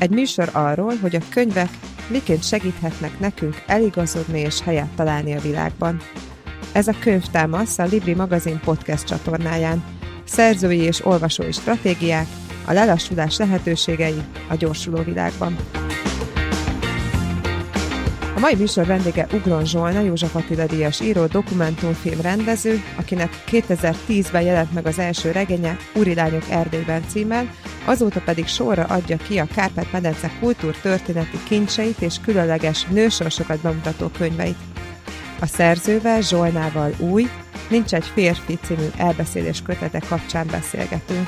Egy műsor arról, hogy a könyvek miként segíthetnek nekünk eligazodni és helyet találni a világban. Ez a Könyvtámasz a Libri magazin podcast csatornáján. Szerzői és olvasói stratégiák, a lelassulás lehetőségei a gyorsuló világban. A mai műsor vendége Ugron Zsolna, József Attila díjas író, dokumentumfilm rendező, akinek 2010-ben jelent meg az első regénye Úri lányok Erdélyben címmel, azóta pedig sorra adja ki a Kárpát-medence kultúrtörténeti kincseit és különleges nősorsokat bemutató könyveit. A szerzővel, Zsolnával új, Nincs egy férfi című elbeszélés kötete kapcsán beszélgetünk.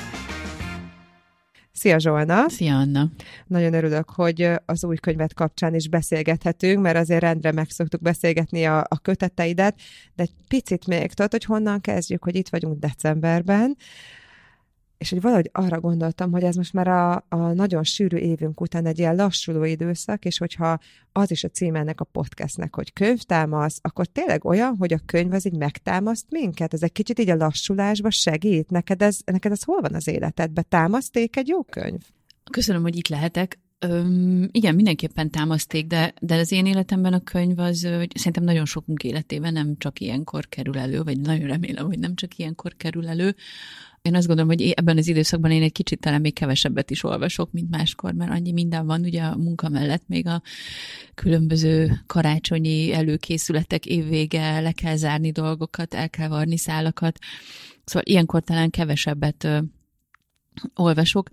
Szia Zsolna! Szia Anna! Nagyon örülök, hogy az új könyvet kapcsán is beszélgethetünk, mert azért rendre meg szoktuk beszélgetni a köteteidet, de egy picit még tudod, hogy honnan kezdjük, hogy itt vagyunk decemberben, és hogy valahogy arra gondoltam, hogy ez most már a nagyon sűrű évünk után egy ilyen lassuló időszak, és hogyha az is a címe ennek a podcastnek, hogy Könyvtámasz, akkor tényleg olyan, hogy a könyv az így megtámaszt minket? Ez egy kicsit így a lassulásba segít? Neked ez hol van az életedben? Támaszték egy jó könyv? Köszönöm, hogy itt lehetek. Igen, mindenképpen támaszték, de az én életemben a könyv az, hogy szerintem nagyon sokunk életében nem csak ilyenkor kerül elő, vagy nagyon remélem, hogy nem csak ilyenkor kerül elő. Én azt gondolom, hogy ebben az időszakban én egy kicsit talán még kevesebbet is olvasok, mint máskor, mert annyi minden van, ugye a munka mellett még a különböző karácsonyi előkészületek, évvége, le kell zárni dolgokat, el kell varni szálakat. Szóval ilyenkor talán kevesebbet olvasok.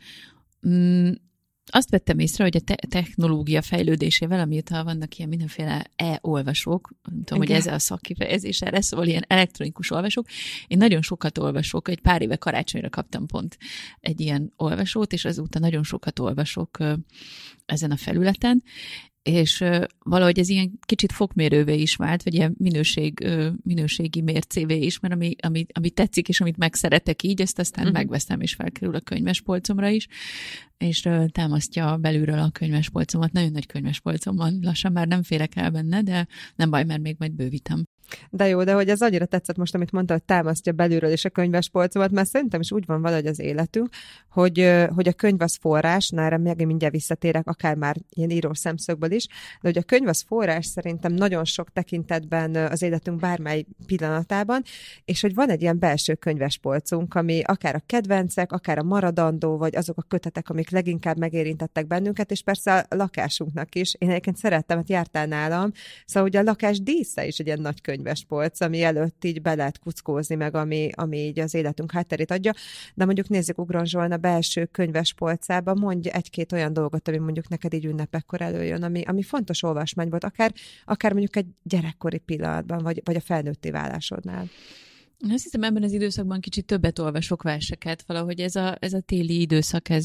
Azt vettem észre, hogy a technológia fejlődésével, amióta vannak ilyen mindenféle e-olvasók, nem tudom, hogy ez a szakkifejezés erre, szóval ilyen elektronikus olvasók. Én nagyon sokat olvasok, egy pár éve karácsonyra kaptam pont egy ilyen olvasót, és azóta nagyon sokat olvasok ezen a felületen, és valahogy ez ilyen kicsit fokmérővé is vált, vagy ilyen minőségi mércévé is, mert ami tetszik, és amit megszeretek így, ezt aztán megveszem, és felkerül a könyvespolcomra is, és támasztja belülről a könyvespolcomat. Nagyon nagy könyvespolcom van, lassan már nem félek el benne, de nem baj, mert még majd bővítem. De jó, de hogy ez annyira tetszett most, amit mondta, hogy támasztja belülről is a könyvespolcomat, mert szerintem is úgy van valahogy az életünk, hogy a könyv az forrás, erre mindjárt visszatérek, akár már ilyen író szemszögből is, de hogy a könyv az forrás szerintem nagyon sok tekintetben az életünk bármely pillanatában, és hogy van egy ilyen belső könyvespolcunk, ami akár a kedvencek, akár a maradandó, vagy azok a kötetek, amik leginkább megérintettek bennünket, és persze a lakásunknak is. Én egyébként szerettem, hogy jártál nálam, szóval ugye a lakás dísze is egy ilyen nagy könyvespolc, ami előtt így be lehet kuckózni meg, ami így az életünk hátterét adja. De mondjuk nézzük Ugron Zsolna belső könyvespolcába, mondj egy-két olyan dolgot, ami mondjuk neked így ünnepekkor előjön, ami fontos olvasmány volt, akár mondjuk egy gyerekkori pillanatban, vagy a felnőtté válásodnál. Azt hiszem, ebben az időszakban kicsit többet olvasok verseket, valahogy ez a téli időszak, ez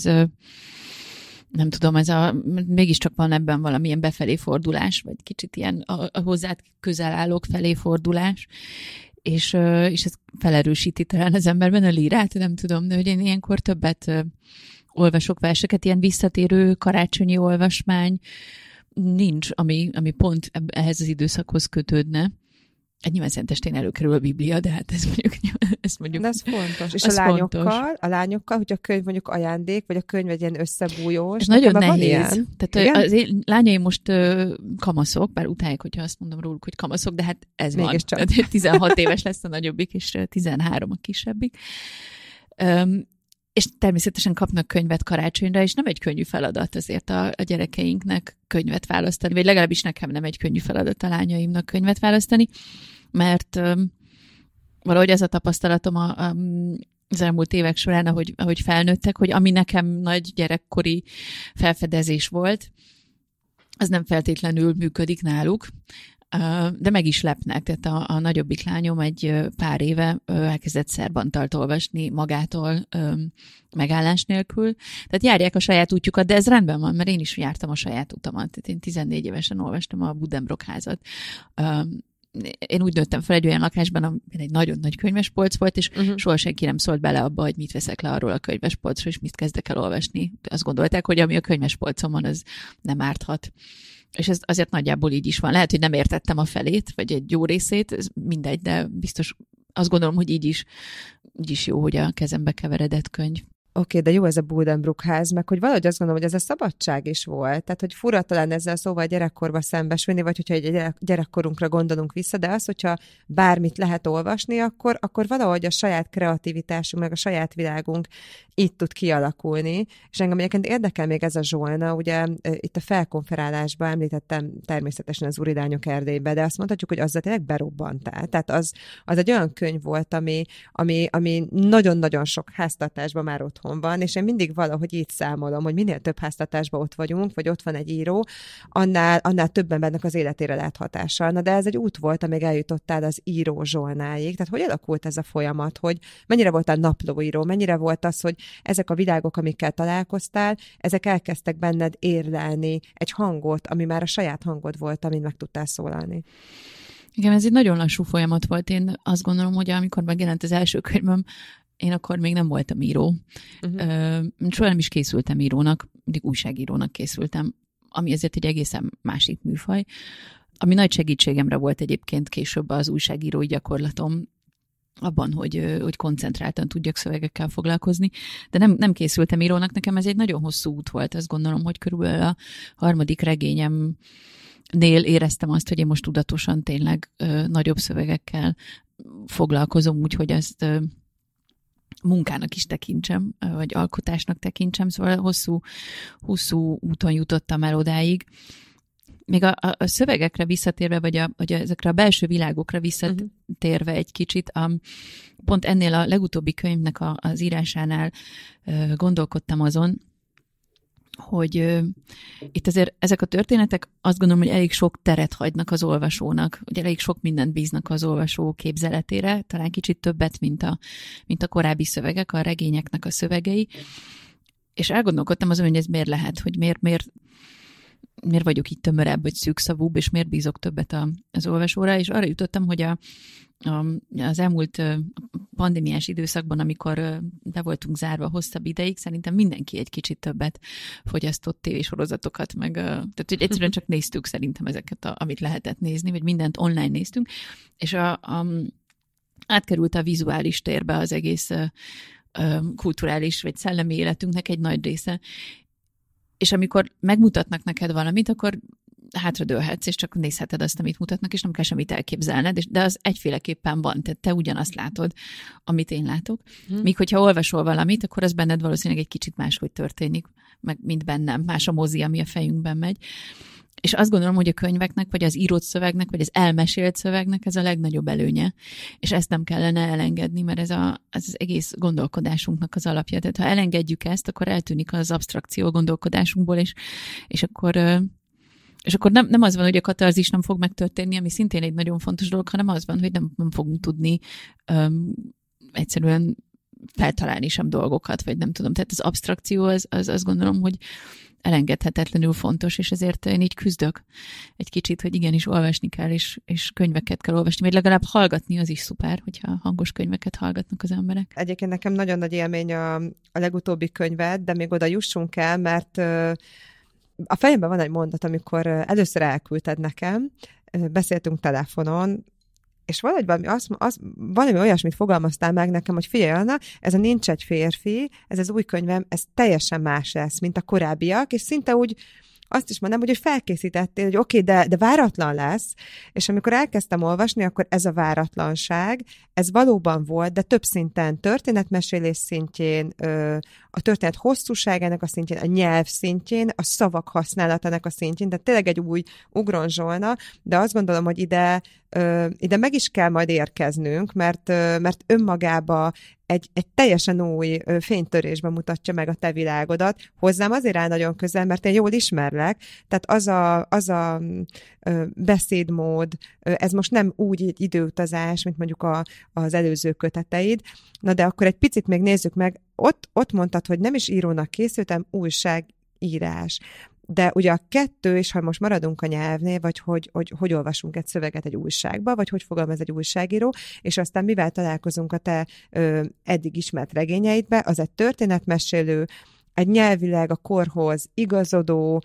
nem tudom, mégiscsak van ebben valamilyen befelé fordulás, vagy kicsit ilyen a hozzád közel állók felé fordulás, és ez felerősíti talán az emberben a lírát, nem tudom, de hogy én ilyenkor többet olvasok verseket, ilyen visszatérő karácsonyi olvasmány nincs, ami pont ehhez az időszakhoz kötődne. Nyilván szentestén előkerül a Biblia, de hát ez mondjuk... De ez fontos. És ez a lányokkal, hogy a könyv mondjuk ajándék, vagy a könyv egy ilyen összebújós. Ez nagyon nehéz. Tehát az én lányaim most kamaszok, bár utálják, hogyha azt mondom róluk, hogy kamaszok, de hát ez mégiscsak van. 16 éves lesz a nagyobbik, és 13 a kisebbik. És természetesen kapnak könyvet karácsonyra, és nem egy könnyű feladat azért a gyerekeinknek könyvet választani, vagy legalábbis nekem nem egy könnyű feladat a lányaimnak könyvet választani, mert valahogy ez a tapasztalatom az elmúlt évek során, ahogy felnőttek, hogy ami nekem nagy gyerekkori felfedezés volt, az nem feltétlenül működik náluk, de meg is lepnek. Tehát a nagyobbik lányom egy pár éve elkezdett szerbantalt olvasni magától megállás nélkül. Tehát járják a saját útjukat, de ez rendben van, mert én is jártam a saját utamat. Tehát én 14 évesen olvastam a Buddenbrock házat. Én úgy nőttem fel egy olyan lakásban, ami egy nagyon nagy könyvespolc volt, és soha senki nem szólt bele abba, hogy mit veszek le arról a könyvespolcról, és mit kezdek el olvasni. Azt gondolták, hogy ami a könyvespolcon van, az nem árthat. És ez azért nagyjából így is van. Lehet, hogy nem értettem a felét, vagy egy jó részét, ez mindegy, de biztos azt gondolom, hogy így is jó, hogy a kezembe keveredett könyv. Oké, de jó ez a Buddenbrook ház, meg hogy valahogy azt gondolom, hogy ez a szabadság is volt. Tehát, hogy fura talán ezzel a szóval gyerekkorba szembesülni, vagy hogyha egy gyerekkorunkra gondolunk vissza, de az, hogyha bármit lehet olvasni, akkor valahogy a saját kreativitásunk, meg a saját világunk itt tud kialakulni. És engem egyébként érdekel még ez a Zsolna, ugye itt a felkonferálásban említettem természetesen az Uridányok Erdélybe, de azt mondhatjuk, hogy azzal tényleg berobbantál. Tehát az egy olyan könyv volt, ami nagyon-nagyon sok háztartásban már otthon van, és én mindig valahogy így számolom, hogy minél több háztartásban ott vagyunk, vagy ott van egy író, annál több embernek az életére lehet hatással. Na de ez egy út volt, amíg eljutottál az író Zsolnáig. Tehát hogy alakult ez a folyamat, hogy mennyire voltál naplóíró, mennyire volt az, hogy ezek a világok, amikkel találkoztál, ezek elkezdtek benned érlelni egy hangot, ami már a saját hangod volt, amin meg tudtál szólalni. Igen, ez egy nagyon lassú folyamat volt. Én azt gondolom, hogy amikor megjelent az első könyvem, én akkor még nem voltam író. Soha nem is készültem írónak, mindig újságírónak készültem, ami ezért egy egészen másik műfaj. Ami nagy segítségemre volt egyébként később az újságírói gyakorlatom, abban, hogy koncentráltan tudjak szövegekkel foglalkozni, de nem készültem írónak, nekem ez egy nagyon hosszú út volt, azt gondolom, hogy körülbelül a harmadik regényemnél éreztem azt, hogy én most tudatosan tényleg nagyobb szövegekkel foglalkozom, úgyhogy ezt munkának is tekintsem, vagy alkotásnak tekintsem, szóval hosszú úton jutottam el odáig. Még a szövegekre visszatérve, vagy ezekre a belső világokra visszatérve egy kicsit, pont ennél a legutóbbi könyvnek az írásánál gondolkodtam azon, hogy itt azért ezek a történetek azt gondolom, hogy elég sok teret hagynak az olvasónak, hogy elég sok mindent bíznak az olvasó képzeletére, talán kicsit többet, mint a korábbi szövegek, a regényeknek a szövegei, és elgondolkodtam azon, hogy ez miért lehet, hogy miért vagyok itt tömörebb, vagy szűkszavúbb, és miért bízok többet az olvasóra, és arra jutottam, hogy az elmúlt pandémiás időszakban, amikor be voltunk zárva hosszabb ideig, szerintem mindenki egy kicsit többet fogyasztott tévésorozatokat, tehát hogy egyszerűen csak néztük szerintem ezeket, amit lehetett nézni, vagy mindent online néztünk, és átkerült a vizuális térbe az egész kulturális, vagy szellemi életünknek egy nagy része. És amikor megmutatnak neked valamit, akkor hátradőlhetsz, és csak nézheted azt, amit mutatnak, és nem kell semmit elképzelned, de az egyféleképpen van, tehát te ugyanazt látod, amit én látok. Míg hogyha olvasol valamit, akkor az benned valószínűleg egy kicsit máshogy történik, meg mint bennem, más a mozi, ami a fejünkben megy. És azt gondolom, hogy a könyveknek, vagy az írott szövegnek, vagy az elmesélt szövegnek ez a legnagyobb előnye. És ezt nem kellene elengedni, mert ez az egész gondolkodásunknak az alapja. Tehát ha elengedjük ezt, akkor eltűnik az absztrakció gondolkodásunkból, és akkor nem az van, hogy a katarzis nem fog megtörténni, ami szintén egy nagyon fontos dolog, hanem az van, hogy nem fogunk tudni egyszerűen feltalálni sem dolgokat, vagy nem tudom. Tehát az absztrakció az azt gondolom, hogy elengedhetetlenül fontos, és ezért én így küzdök egy kicsit, hogy igenis olvasni kell, és könyveket kell olvasni, vagy legalább hallgatni, az is szuper, hogyha hangos könyveket hallgatnak az emberek. Egyébként nekem nagyon nagy élmény a legutóbbi könyved, de még oda jussunk el, mert a fejemben van egy mondat, amikor először elküldted nekem, beszéltünk telefonon, és valami olyasmit fogalmaztál meg nekem, hogy figyelj, Anna, ez a Nincs egy férfi, ez az új könyvem, ez teljesen más lesz, mint a korábbiak, és szinte úgy azt is mondom, hogy felkészítettél, hogy oké, de váratlan lesz, és amikor elkezdtem olvasni, akkor ez a váratlanság, ez valóban volt, de több szinten, történetmesélés szintjén, a történet hosszúságának a szintjén, a nyelv szintjén, a szavak használatának a szintjén, tehát tényleg egy új Ugron Zsolna, de azt gondolom, hogy ide meg is kell majd érkeznünk, mert önmagába egy teljesen új fénytörésben mutatja meg a te világodat. Hozzám azért áll nagyon közel, mert én jól ismerlek, tehát az a beszédmód, ez most nem úgy egy időutazás, mint mondjuk az előző köteteid. Na de akkor egy picit még nézzük meg, ott mondtad, hogy nem is írónak készültem, újságírás. De ugye a kettő, és ha most maradunk a nyelvnél, vagy hogy olvasunk egy szöveget egy újságba, vagy hogy fogalmaz egy újságíró, és aztán mivel találkozunk a te eddig ismert regényeidbe, az egy történetmesélő, egy nyelvileg a korhoz igazodó,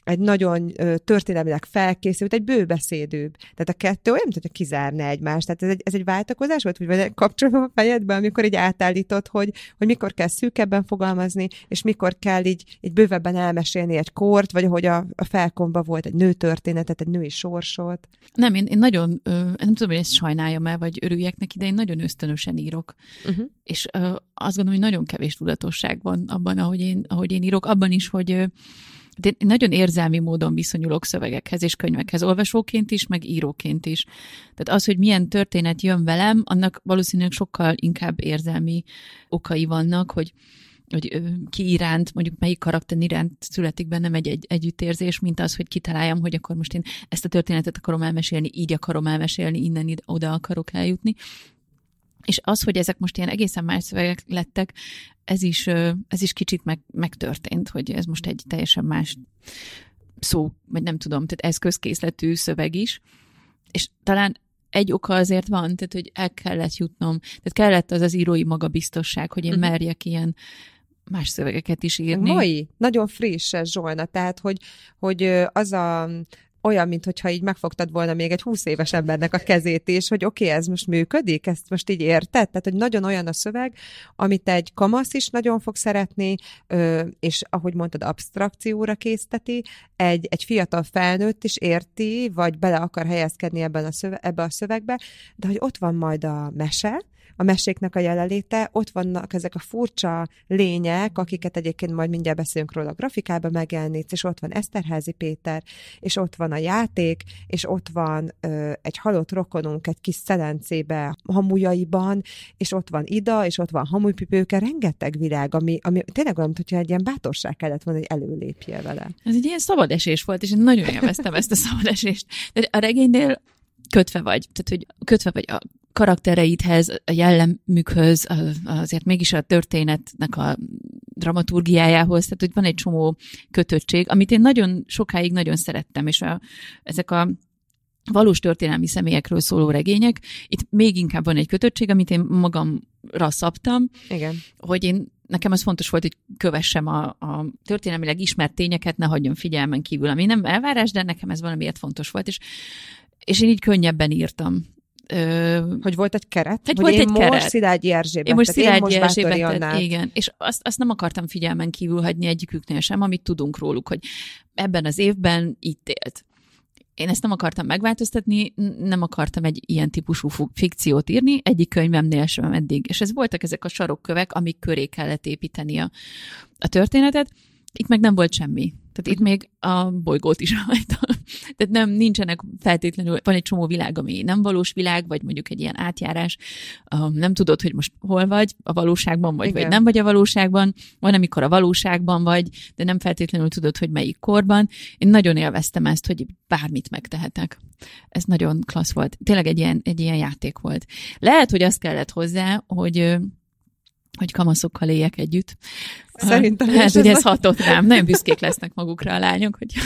egy nagyon történelmileg felkészült, egy bőbeszédűbb. Tehát a kettő olyan, mint hogyha kizárna egymást. Tehát ez egy váltakozás volt, vagy kapcsolva a fejedben, amikor így átállított, hogy mikor kell szűkebben fogalmazni, és mikor kell így bővebben elmesélni egy kort, vagy ahogy a felkomba volt egy nő történetet, egy női sorsot. Nem, én nagyon, nem tudom, hogy ezt sajnáljam-e, vagy örüljek neki, de én nagyon ösztönösen írok. És azt gondolom, hogy nagyon kevés tudatosság van abban, ahogy én írok, abban is, hogy én nagyon érzelmi módon viszonyulok szövegekhez és könyvekhez, olvasóként is, meg íróként is. Tehát az, hogy milyen történet jön velem, annak valószínűleg sokkal inkább érzelmi okai vannak, hogy ki iránt, mondjuk melyik karakter iránt születik bennem egy együttérzés, mint az, hogy kitaláljam, hogy akkor most én ezt a történetet akarom elmesélni, így akarom elmesélni, innen oda akarok eljutni. És az, hogy ezek most ilyen egészen más szövegek lettek, ez is kicsit megtörtént, hogy ez most egy teljesen más szó, vagy nem tudom, tehát eszközkészletű szöveg is. És talán egy oka azért van, tehát hogy el kellett jutnom, tehát kellett az írói magabiztosság, hogy én merjek ilyen más szövegeket is írni. Mai, nagyon friss ez, Zsolna, tehát hogy az olyan, mintha így megfogtad volna még egy 20 éves embernek a kezét is, hogy oké, ez most működik, ezt most így érted? Tehát, hogy nagyon olyan a szöveg, amit egy kamasz is nagyon fog szeretni, és ahogy mondtad, absztrakcióra készteti, egy fiatal felnőtt is érti, vagy bele akar helyezkedni ebbe a szövegbe, de hogy ott van majd a mese, a meséknek a jelenléte, ott vannak ezek a furcsa lények, akiket egyébként majd mindjárt beszélünk róla, a grafikában megjelenít, és ott van Eszterházy Péter, és ott van a játék, és ott van egy halott rokonunk egy kis szelencébe, hamujaiban, és ott van Ida, és ott van Hamujpipőke, rengeteg világ, ami tényleg olyan, mintha egy ilyen bátorság kellett volna, hogy előlépjél vele. Ez egy ilyen szabadesés volt, és én nagyon élveztem ezt a szabadesést. De a regénynél kötve vagy, tehát hogy kötve vagy a karaktereidhez, a jellemükhöz, azért mégis a történetnek a dramaturgiájához, tehát hogy van egy csomó kötöttség, amit én nagyon sokáig nagyon szerettem, és ezek a valós történelmi személyekről szóló regények, itt még inkább van egy kötöttség, amit én magamra szabtam, igen, hogy nekem az fontos volt, hogy kövessem a történelmileg ismert tényeket, ne hagyjon figyelmen kívül, ami nem elvárás, de nekem ez valamiért fontos volt, és én így könnyebben írtam. Hogy volt egy keret? Hogy volt egy keret. Most Szilágyi Erzsébetet. Én most Szilágyi Erzsébetet, igen. És azt nem akartam figyelmen kívül hagyni egyiküknél sem, amit tudunk róluk, hogy ebben az évben itt élt. Én ezt nem akartam megváltoztatni, nem akartam egy ilyen típusú fikciót írni, egyik könyvemnél sem eddig. És voltak ezek a sarokkövek, amik köré kellett építeni a történetet. Itt meg nem volt semmi. Tehát itt még a bolygót is hagytam. Tehát nincsenek feltétlenül, van egy csomó világ, ami nem valós világ, vagy mondjuk egy ilyen átjárás. Nem tudod, hogy most hol vagy, a valóságban vagy nem vagy a valóságban. Van, amikor a valóságban vagy, de nem feltétlenül tudod, hogy melyik korban. Én nagyon élveztem ezt, hogy bármit megtehetek. Ez nagyon klassz volt. Tényleg egy ilyen játék volt. Lehet, hogy azt kellett hozzá, hogy kamaszokkal éljek együtt. Szerintem lehet, hogy ez hatott rám. Nagyon büszkék lesznek magukra a lányok, hogy...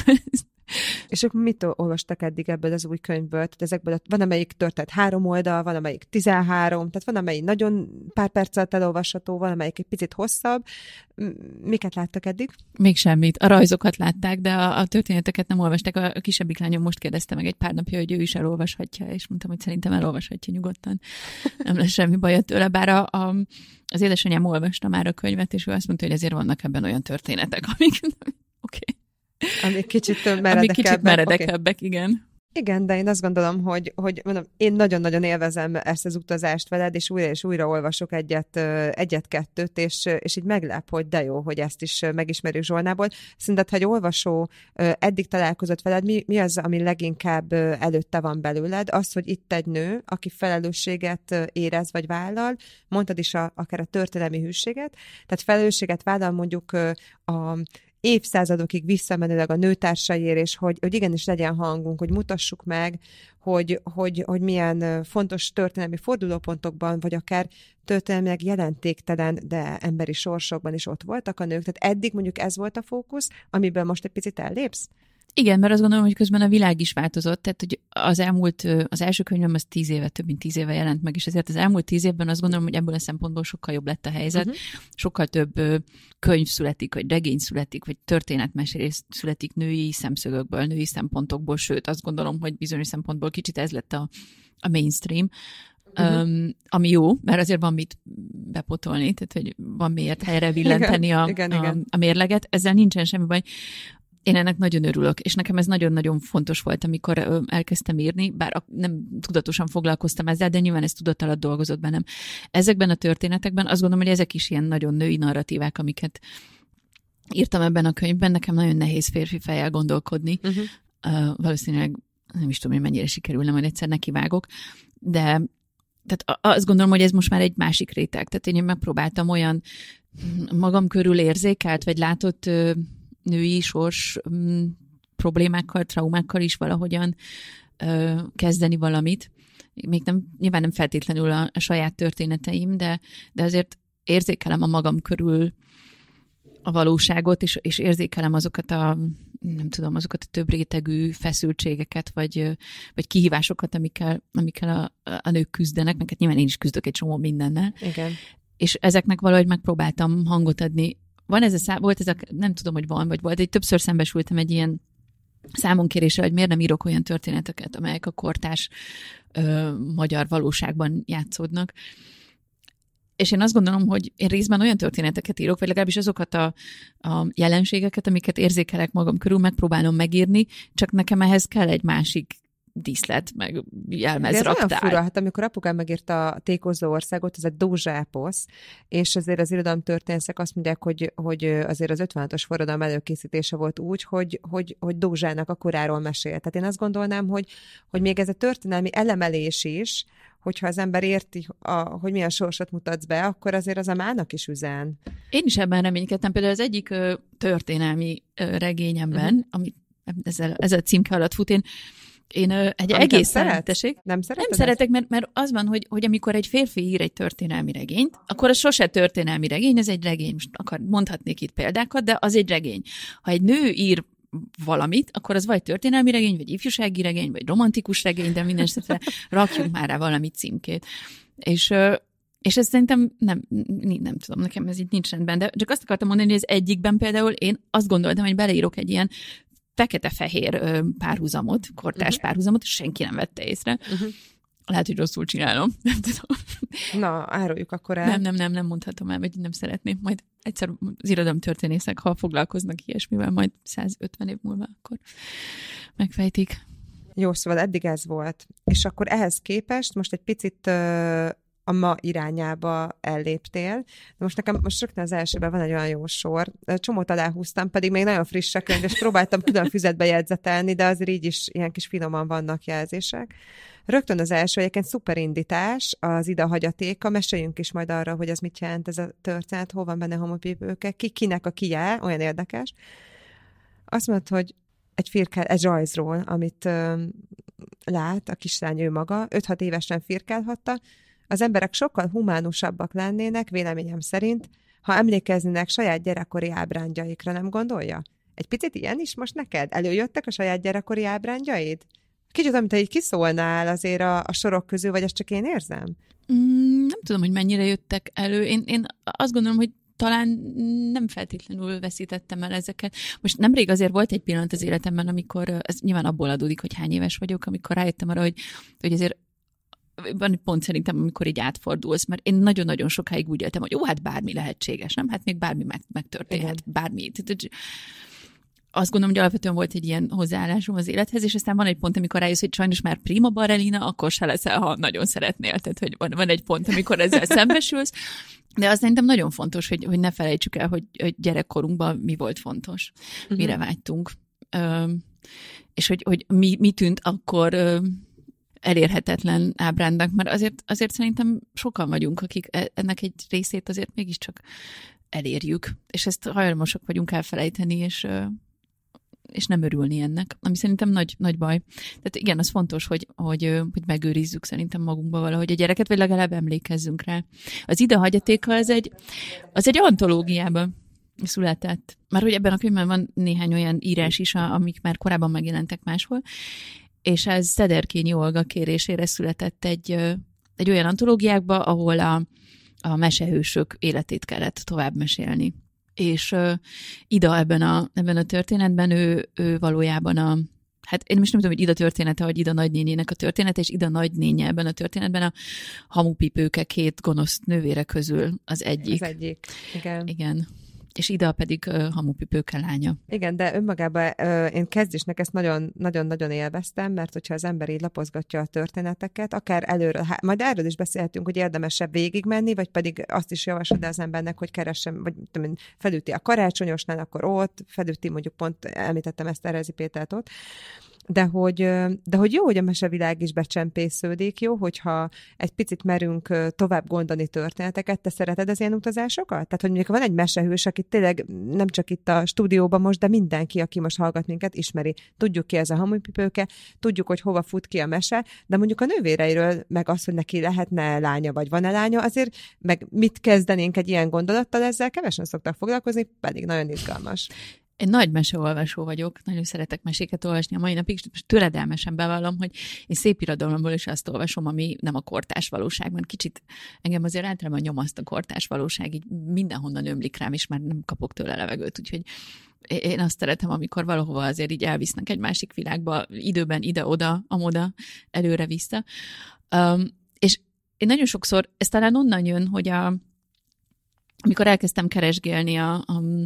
És akkor mit olvastak eddig ebből az új könyvből? Tehát ezekből van, amelyik történt 3 oldal, van, amelyik 13, tehát van, amelyik nagyon pár perc alatt elolvasható, van, amelyik egy picit hosszabb. Miket láttak eddig? Még semmit. A rajzokat látták, de a történeteket nem olvasták. A kisebbik lányom most kérdezte meg egy pár napja, hogy ő is elolvashatja, és mondtam, hogy szerintem elolvashatja nyugodtan. Nem lesz semmi baja tőle, bár az édesanyám olvasta már a könyvet, és ő azt mondta, hogy ezért vannak ebben olyan történetek, amik... Oké. Amik kicsit meredekebbek, okay. Igen. Igen, de én azt gondolom, hogy mondom, én nagyon-nagyon élvezem ezt az utazást veled, és újra olvasok egyet-kettőt, és így meglep, hogy de jó, hogy ezt is megismerjük Zsolnából. Szerinted, ha egy olvasó eddig találkozott veled, mi az, ami leginkább előtte van belőled? Az, hogy itt egy nő, aki felelősséget érez vagy vállal, mondtad is akár a történelmi hűséget, tehát felelősséget vállal mondjuk a évszázadokig visszamenőleg a nőtársaiért, és hogy igenis legyen hangunk, hogy mutassuk meg, hogy milyen fontos történelmi fordulópontokban, vagy akár történelmileg jelentéktelen, de emberi sorsokban is ott voltak a nők. Tehát eddig mondjuk ez volt a fókusz, amiből most egy picit ellépsz? Igen, mert azt gondolom, hogy közben a világ is változott, tehát hogy az első könyvem az több mint 10 éve jelent meg, és ezért az elmúlt 10 évben azt gondolom, hogy ebből a szempontból sokkal jobb lett a helyzet, sokkal több könyv születik, vagy regény születik, vagy történetmesélés születik női szemszögökből, női szempontokból, sőt azt gondolom, hogy bizonyos szempontból kicsit ez lett a mainstream, ami jó, mert azért van mit bepotolni, tehát hogy van miért helyre billenteni a mérleget, ezzel nincsen semmi baj. Én ennek nagyon örülök, és nekem ez nagyon-nagyon fontos volt, amikor elkezdtem írni, bár nem tudatosan foglalkoztam ezzel, de nyilván ez tudat alatt dolgozott bennem. Ezekben a történetekben azt gondolom, hogy ezek is ilyen nagyon női narratívák, amiket írtam ebben a könyvben, nekem nagyon nehéz férfi fejjel gondolkodni. Valószínűleg nem is tudom, hogy mennyire sikerülne, majd egyszer nekivágok, de tehát azt gondolom, hogy ez most már egy másik réteg. Tehát én megpróbáltam olyan magam körül érzékelt, vagy látott női sors problémákkal, traumákkal is valahogyan kezdeni valamit. Még nyilván nem feltétlenül a saját történeteim, de azért érzékelem a magam körül a valóságot, és érzékelem azokat a több rétegű feszültségeket, vagy kihívásokat, amikkel a nők küzdenek, meg hát nyilván én is küzdök egy csomó mindennel. Igen. És ezeknek valahogy megpróbáltam hangot adni. Volt ez nem tudom, hogy van, vagy volt, de többször szembesültem egy ilyen számonkéréssel, hogy miért nem írok olyan történeteket, amelyek a kortárs magyar valóságban játszódnak. És én azt gondolom, hogy én részben olyan történeteket írok, vagy legalábbis azokat a jelenségeket, amiket érzékelek magam körül, megpróbálom megírni, csak nekem ehhez kell egy másik díszlet, meg jelmezraktár. Ez olyan fura, hát amikor apukám megírta a Tékozó országot, ez egy dózsa eposz, és azért az irodalomtörténészek azt mondják, hogy azért az 56-os forradalom előkészítése volt úgy, hogy Dózsának a koráról mesél. Tehát én azt gondolnám, hogy még ez a történelmi elemelés is, hogyha az ember érti, hogy milyen sorsot mutatsz be, akkor azért az a mának is üzen. Én is ebben reménykedtem. Például az egyik történelmi regényemben, ami ezzel a címke alatt fut, én egy egész Nem szeretek, mert az van, hogy amikor egy férfi ír egy történelmi regényt, akkor az sose történelmi regény, ez egy regény. Most mondhatnék itt példákat, de az egy regény. Ha egy nő ír valamit, akkor az vagy történelmi regény, vagy ifjúsági regény, vagy romantikus regény, de minden esetre rakjunk már rá valami címkét. És ez szerintem nem tudom, nekem ez itt nincs rendben, de csak azt akartam mondani, hogy az egyikben például én azt gondoltam, hogy beleírok egy ilyen fekete-fehér párhuzamot, kortárs párhuzamot, és senki nem vette észre. Lehet, hogy rosszul csinálom. Nem tudom. Na, áruljuk akkor el. Nem mondhatom el, vagy nem szeretném. Majd egyszer az irodalomtörténészek, ha foglalkoznak ilyesmivel, majd 150 év múlva, akkor megfejtik. Jó, szóval eddig ez volt. És akkor ehhez képest most egy picit a ma irányába elléptél. De most nekem rögtön az elsőben van egy olyan jó sor. Csomót aláhúztam, pedig még nagyon friss a könyv, és próbáltam külön füzetbe jegyzetelni, de azért így is ilyen kis finoman vannak jelzések. Rögtön az első, egyébként szuper indítás, az Ida hagyatéka. Meséljünk is majd arra, hogy ez mit jelent ez a történet, hol van benne homopipőke, kinek a kije, olyan érdekes. Azt mondta, hogy egy rajzról, amit lát, a kislány ő maga, 5-6 évesen firkálhatta. Az emberek sokkal humánusabbak lennének, véleményem szerint, ha emlékeznének saját gyerekkori ábrándjaikra, nem gondolja? Egy picit ilyen is most neked? Előjöttek a saját gyerekkori ábrándjaid? Kicsit, amit te így kiszólnál azért a sorok közül, vagy ezt csak én érzem? Nem tudom, hogy mennyire jöttek elő. Én azt gondolom, hogy talán nem feltétlenül veszítettem el ezeket. Most nemrég azért volt egy pillanat az életemben, amikor, ez nyilván abból adódik, hogy hány éves vagyok, amikor rájöttem arra, hogy azért van egy pont szerintem, amikor így átfordulsz, mert én nagyon-nagyon sokáig úgy éltem, hogy jó, hát bármi lehetséges, nem? Hát még bármi megtörténhet, bármi. Azt gondolom, hogy alapvetően volt egy ilyen hozzáállásom az élethez, és aztán van egy pont, amikor rájössz, hogy sajnos már prima ballerina, akkor se leszel, ha nagyon szeretnél. Tehát, hogy van egy pont, amikor ezzel szembesülsz. De azt szerintem nagyon fontos, hogy ne felejtsük el, hogy gyerekkorunkban mi volt fontos, mire vágytunk. És hogy mi tűnt akkor elérhetetlen ábrándnak, mert azért szerintem sokan vagyunk, akik ennek egy részét azért mégiscsak elérjük, és ezt hajlamosak vagyunk elfelejteni, és nem örülni ennek, ami szerintem nagy baj. Tehát igen, az fontos, hogy megőrizzük szerintem magunkba valahogy a gyereket, vagy legalább emlékezzünk rá. Az Ida hagyatéka az egy antológiában. született. Már hogy ebben a könyvben van néhány olyan írás is, amik már korábban megjelentek máshol, és ez Szederkényi Olga kérésére született egy olyan antológiákba, ahol a mesehősök életét kellett tovább mesélni. És Ida ebben a történetben ő valójában hát én most nem tudom, hogy Ida története, vagy Ida nagynénének a története, és Ida nagynénye ebben a történetben a Hamupipőke 2 gonosz nővére közül az egyik. Az egyik, igen. Igen. És Ida pedig Hamupipőke lánya. Igen, de önmagában én kezdésnek ezt nagyon-nagyon élveztem, mert hogyha az ember így lapozgatja a történeteket, akár előről, majd erről is beszélhetünk, hogy érdemesebb végigmenni, vagy pedig azt is javaslod az embernek, hogy keressen, vagy tudom, felüti a karácsonyosnál, akkor ott, felüti mondjuk pont, említettem ezt Terezi Pétert ott, de hogy jó, hogy a mesevilág is becsempésződik, jó, hogyha egy picit merünk tovább gondolni történeteket. Te szereted az ilyen utazásokat? Tehát, hogy mondjuk van egy mesehős, aki tényleg nem csak itt a stúdióban most, de mindenki, aki most hallgat minket, ismeri. Tudjuk ki ez a Hamupipőke, tudjuk, hogy hova fut ki a mese, de mondjuk a nővéreiről, meg az, hogy neki lehetne lánya, vagy van-e lánya, azért meg mit kezdenénk egy ilyen gondolattal, ezzel kevesen szoktak foglalkozni, pedig nagyon izgalmas. Én nagy meseolvasó vagyok, nagyon szeretek meséket olvasni a mai napig, és most töredelmesen bevallom, hogy én szépirodalomból is azt olvasom, ami nem a kortárs valóságban. Kicsit engem azért általában nyomaszt a kortárs valóság, így mindenhonnan ömlik rám, és már nem kapok tőle levegőt, úgyhogy én azt szeretem, amikor valahova azért így elvisznek egy másik világba, időben ide-oda, amoda, előre-vissza. És én nagyon sokszor, ez talán onnan jön, hogy amikor elkezdtem keresgélni a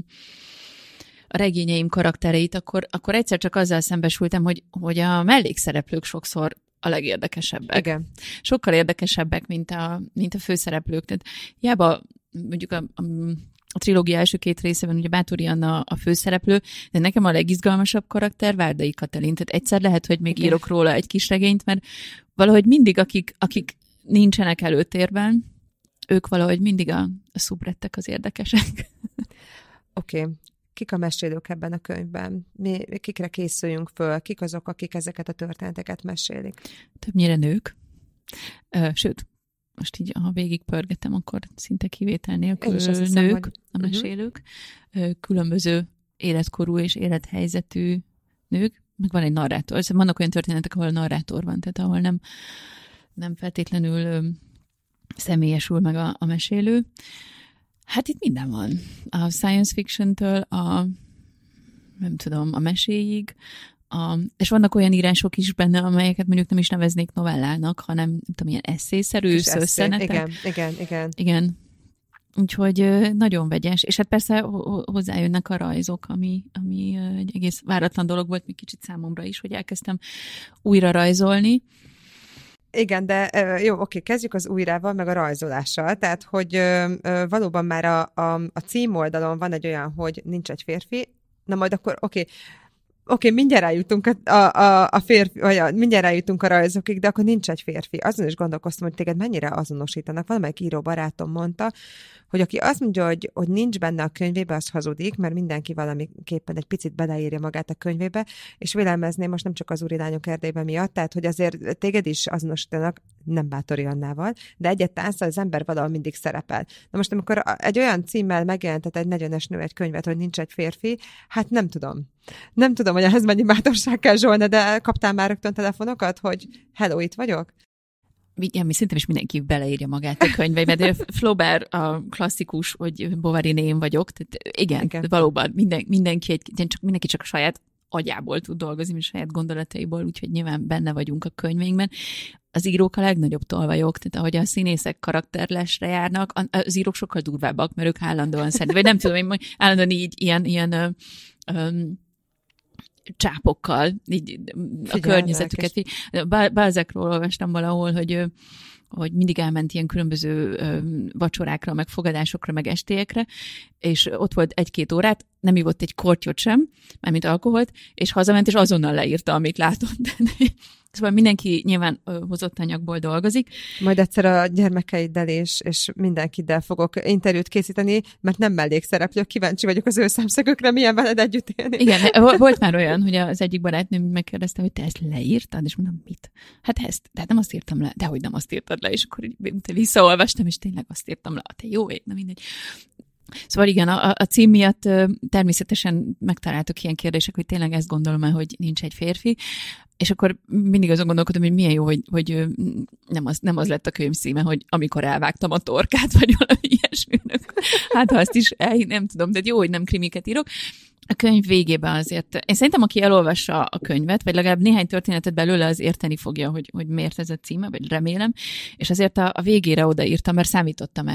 regényeim karaktereit, akkor egyszer csak azzal szembesültem, hogy a mellékszereplők sokszor a legérdekesebbek. Igen. Sokkal érdekesebbek, mint a főszereplők. Tehát hiába mondjuk a trilógia első 2 részében ugye Báthori Anna a főszereplő, de nekem a legizgalmasabb karakter Várdai Katalin. Tehát egyszer lehet, hogy még írok róla egy kis regényt, mert valahogy mindig, akik nincsenek előtérben, ők valahogy mindig a szubrettek az érdekesek. Oké. Kik a mesélők ebben a könyvben? Kikre készüljünk föl? Kik azok, akik ezeket a történeteket mesélik? Többnyire nők. Sőt, most így, ha végigpörgetem, akkor szinte kivétel nélkül nők a mesélők. Különböző életkorú és élethelyzetű nők. Meg van egy narrátor. Szóval vannak olyan történetek, ahol narrátor van, tehát ahol nem feltétlenül személyesül meg a mesélő. Hát itt minden van. A science fiction-től nem tudom, a meséig, és vannak olyan írások is benne, amelyeket mondjuk nem is neveznék novellának, hanem nem tudom, ilyen esszészerű, szösszenetek. Igen. Úgyhogy nagyon vegyes. És hát persze hozzájönnek a rajzok, ami egy egész váratlan dolog volt, még kicsit számomra is, hogy elkezdtem újra rajzolni. Igen, de jó, oké, kezdjük az újrával, meg a rajzolással. Tehát, hogy valóban már a címoldalon van egy olyan, hogy nincs egy férfi, na majd akkor oké, mindjárt rájutunk a férfi, vagy mindjárt rájutunk a rajzokig, de akkor nincs egy férfi. Azon is gondolkoztam, hogy téged mennyire azonosítanak. Valamelyik író barátom mondta, hogy aki azt mondja, hogy nincs benne a könyvébe, az hazudik, mert mindenki valamiképpen egy picit beleírja magát a könyvébe, és vélelmezném most nem csak az Úri Lányok Erdélyben miatt, tehát hogy azért téged is azonosítanak, nem Báthori Annával, de egyet tánszal az ember valahol mindig szerepel. Na most, amikor egy olyan címmel megjelentet egy 40-es nő egy könyvet, hogy nincs egy férfi, hát nem tudom. Nem tudom, hogy ehhez mennyi bátorság kell, Zsolna, de kaptál már rögtön telefonokat, hogy hello, itt vagyok? Igen, szerintem is mindenki beleírja magát a könyveibe, de Flaubert a klasszikus, hogy Bovary én vagyok, tehát igen. Valóban mindenki csak a saját agyából tud dolgozni, és saját gondolataiból, úgyhogy nyilván benne vagyunk a könyveinkben. Az írók a legnagyobb tolvajok, tehát ahogy a színészek karakterlesre járnak, az írók sokkal durvábbak, mert ők állandóan szerintem, vagy nem tudom, én állandóan így ilyen csápokkal, így a környezetüket. Balzacról olvastam valahol, hogy mindig elment ilyen különböző vacsorákra, meg fogadásokra, meg estélyekre, és ott volt 1-2 órát, nem ivott egy kortyot sem, mármint alkoholt, és hazament, és azonnal leírta, amit látott. Szóval mindenki nyilván hozott anyagból dolgozik. Majd egyszer a gyermekeiddel és mindenkiddel fogok interjút készíteni, mert nem mellékszereplők, kíváncsi vagyok az ő szemszögökre, milyen veled együtt élni. Igen, volt már olyan, hogy az egyik barátnőm megkérdezte, hogy te ezt leírtad, és mondom, mit? Hát ezt, de nem azt írtam le, dehogy nem azt írtad le, és akkor így visszaolvastam, és tényleg azt írtam le, te jó ég, nem mindegy. Szóval igen, a cím miatt természetesen megtaláltok ilyen kérdések, hogy tényleg ezt gondolom-e, hogy nincs egy férfi, és akkor mindig azon gondolkodom, hogy milyen jó, hogy nem az lett a könyv címe, hogy amikor elvágtam a torkát, vagy valami ilyesműnök. Hát ha azt is nem tudom, de jó, hogy nem krimiket írok. A könyv végében azért, én szerintem, aki elolvassa a könyvet, vagy legalább néhány történetet belőle, az érteni fogja, hogy miért ez a címe, vagy remélem, és azért a végére odaírtam, mert számítottam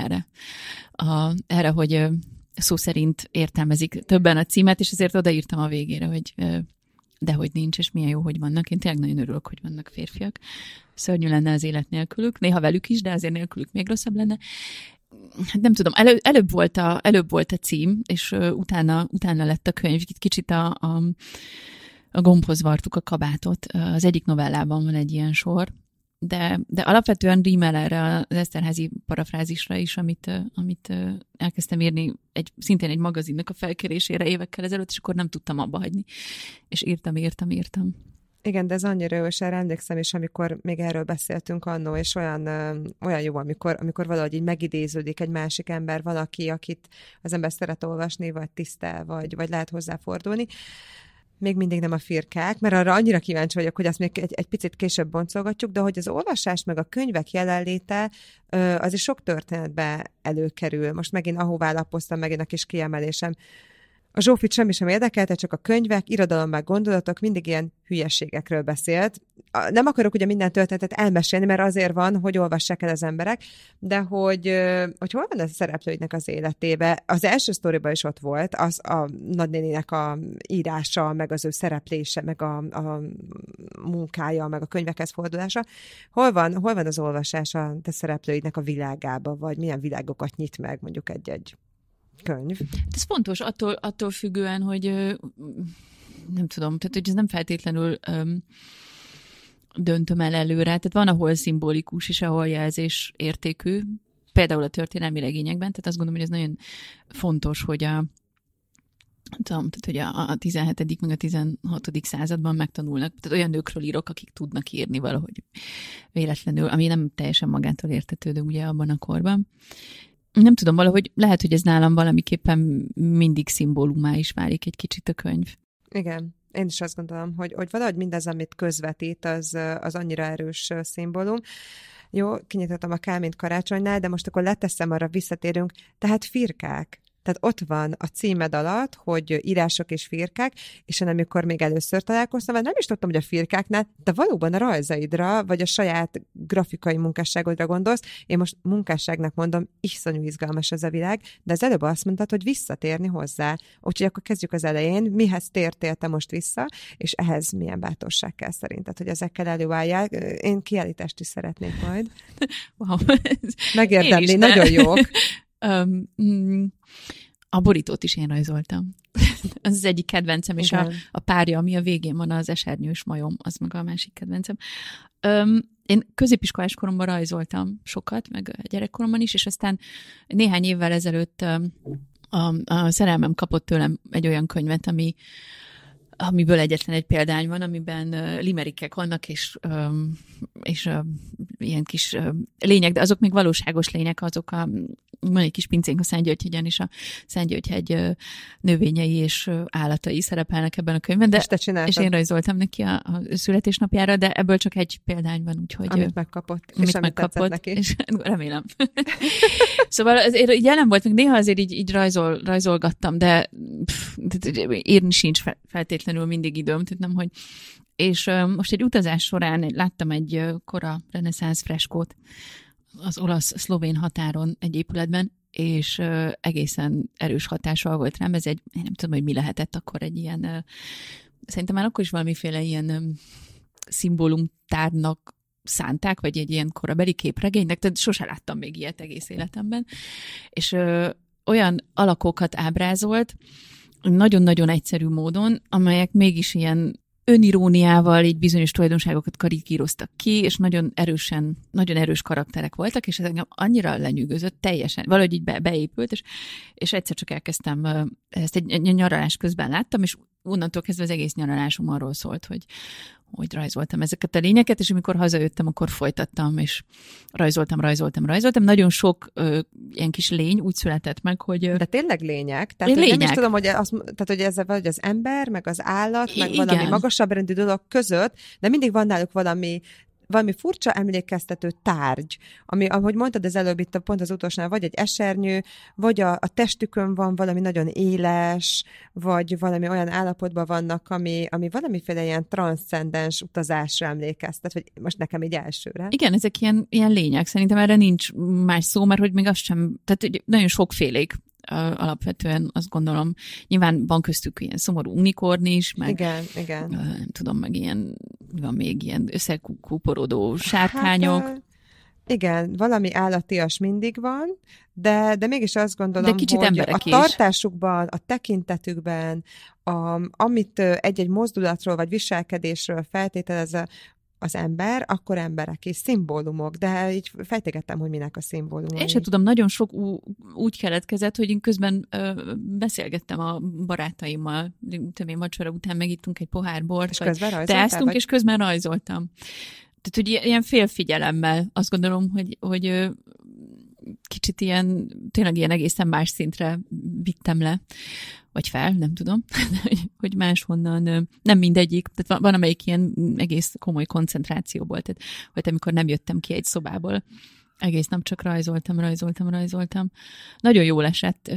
erre, hogy szó szerint értelmezik többen a címet, és azért odaírtam a végére, hogy de hogy nincs, és milyen jó, hogy vannak. Én tényleg nagyon örülök, hogy vannak férfiak. Szörnyű lenne az élet nélkülük, néha velük is, de azért nélkülük még rosszabb lenne. Nem tudom, előbb volt a cím, és utána lett a könyv. Kicsit a gombhoz vartuk a kabátot. Az egyik novellában van egy ilyen sor, de alapvetően rímel erre az Eszterházy parafrázisra is, amit elkezdtem írni szintén egy magazinnak a felkérésére évekkel ezelőtt, és akkor nem tudtam abba hagyni. És írtam. Igen, de ez annyira jó, és erre emlékszem is, amikor még erről beszéltünk annó, és olyan jó, amikor valahogy így megidéződik egy másik ember, valaki, akit az ember szeret olvasni, vagy tisztel, vagy lehet hozzáfordulni. Még mindig nem a firkák, mert arra annyira kíváncsi vagyok, hogy azt még egy picit később boncolgatjuk, de hogy az olvasás meg a könyvek jelenléte az is sok történetbe előkerül. Most megint ahová lapoztam, megint a kis kiemelésem. A Zsófit semmi sem érdekelte, csak a könyvek, irodalom meg gondolatok, mindig ilyen hülyeségekről beszélt. Nem akarok ugye minden történetet elmesélni, mert azért van, hogy olvassák el az emberek, de hogy hol van ez a szereplőinek az életébe. Az első sztoriban is ott volt, az a nagynéninek a írása, meg az ő szereplése, meg a munkája, meg a könyvekhez fordulása. Hol van az olvasás a te szereplőidnek a világába, vagy milyen világokat nyit meg mondjuk egy könyv? Ez fontos, attól függően, hogy nem tudom, tehát hogy ez nem feltétlenül döntöm el előre. Tehát van, ahol szimbolikus, és ahol jelzés értékű, például a történelmi regényekben, tehát azt gondolom, hogy ez nagyon fontos, hogy a 17. meg a 16. században megtanulnak. Tehát olyan nőkről írok, akik tudnak írni valahogy véletlenül, ami nem teljesen magától értetődő ugye abban a korban. Nem tudom, valahogy lehet, hogy ez nálam valamiképpen mindig szimbólumá is válik egy kicsit a könyv. Igen, én is azt gondolom, hogy valahogy mindez, amit közvetít, az annyira erős szimbólum. Jó, kinyitottam a Kálmint karácsonynál, de most akkor leteszem, arra visszatérünk. Tehát firkák. Tehát ott van a címed alatt, hogy írások és firkák, és én amikor még először találkoztam, nem is tudtam, hogy a firkáknál, de valóban a rajzaidra, vagy a saját grafikai munkásságodra gondolsz. Én most munkásságnak mondom, iszonyú izgalmas ez a világ, de az előbb azt mondtad, hogy visszatérni hozzá. Úgyhogy akkor kezdjük az elején. Mihez tértél te most vissza, és ehhez milyen bátorság kell szerinted, hogy ezekkel előálljál? Én kiállítást is szeretnék majd. Wow. Megérdemli, nagyon jók. A borítót is én rajzoltam. Az az egyik kedvencem, és a párja, ami a végén van, az esernyős majom, az meg a másik kedvencem. Én középiskolás koromban rajzoltam sokat, meg gyerekkoromban is, és aztán néhány évvel ezelőtt a szerelmem kapott tőlem egy olyan könyvet, amiből egyetlen egy példány van, amiben limerikek vannak, és ilyen kis lények, de azok még valóságos lények, van egy kis pincénk a Szentgyörgyhegyen, és a Szentgyörgyhegy növényei és állatai szerepelnek ebben a könyvben, és én rajzoltam neki a születésnapjára, de ebből csak egy példány van, úgyhogy... Amit megkapott, és amit tetszett neki. És remélem. Szóval azért jelen volt, még néha azért így rajzolgattam, de írni sincs feltétlenül mindig időm, tehát nem, hogy... És most egy utazás során láttam egy kora reneszánsz freskót az olasz-szlovén határon egy épületben, és egészen erős hatással volt rám. Ez én nem tudom, hogy mi lehetett akkor egy ilyen, szerintem már akkor is valamiféle ilyen szimbólumtárnak szánták, vagy egy ilyen korabeli képregénynek, tehát sose láttam még ilyet egész életemben. És olyan alakokat ábrázolt, nagyon-nagyon egyszerű módon, amelyek mégis ilyen öniróniával így bizonyos tulajdonságokat karikíroztak ki, és nagyon erős karakterek voltak, és ez engem annyira lenyűgözött teljesen, valahogy így beépült, és egyszer csak elkezdtem, ezt egy nyaralás közben láttam, és onnantól kezdve az egész nyaralásom arról szólt, hogy rajzoltam ezeket a lényeket, és amikor hazajöttem, akkor folytattam, és rajzoltam. Nagyon sok ilyen kis lény úgy született meg, hogy... De tényleg lények? Tehát lények. Nem is tudom, hogy ez vagy az ember, meg az állat, meg Igen. valami magasabb rendű dolog között, de mindig van náluk valami furcsa emlékeztető tárgy, ami, ahogy mondtad az előbb itt pont az utolsónál, vagy egy esernyő, vagy a testükön van valami nagyon éles, vagy valami olyan állapotban vannak, ami valamiféle ilyen transzcendens utazásra emlékeztet, vagy most nekem így elsőre. Igen, ezek ilyen lények. Szerintem erre nincs más szó, mert hogy még az sem, tehát nagyon sokfélék alapvetően azt gondolom. Nyilván van köztük ilyen szomorú unikorn is, meg igen. Nem tudom, meg van még ilyen összekúporodó sárkányok. Hát, igen, valami állatias mindig van, de mégis azt gondolom, hogy a tartásukban, a tekintetükben, amit egy-egy mozdulatról vagy viselkedésről feltételez az ember, akkor emberek és szimbólumok, de így fejtegettem, hogy minek a szimbólumai. Én sem tudom, nagyon sok úgy keletkezett, hogy én közben beszélgettem a barátaimmal, többé vacsora után megittunk egy pohár bort, és közben teáztunk, és közben rajzoltam. Tehát, hogy ilyen félfigyelemmel azt gondolom, hogy kicsit tényleg ilyen egészen más szintre vittem le, vagy fel, nem tudom, hogy máshonnan, nem mindegyik, tehát van amelyik ilyen egész komoly koncentrációból, tehát hogy amikor nem jöttem ki egy szobából, egész nap csak rajzoltam. Nagyon jól esett.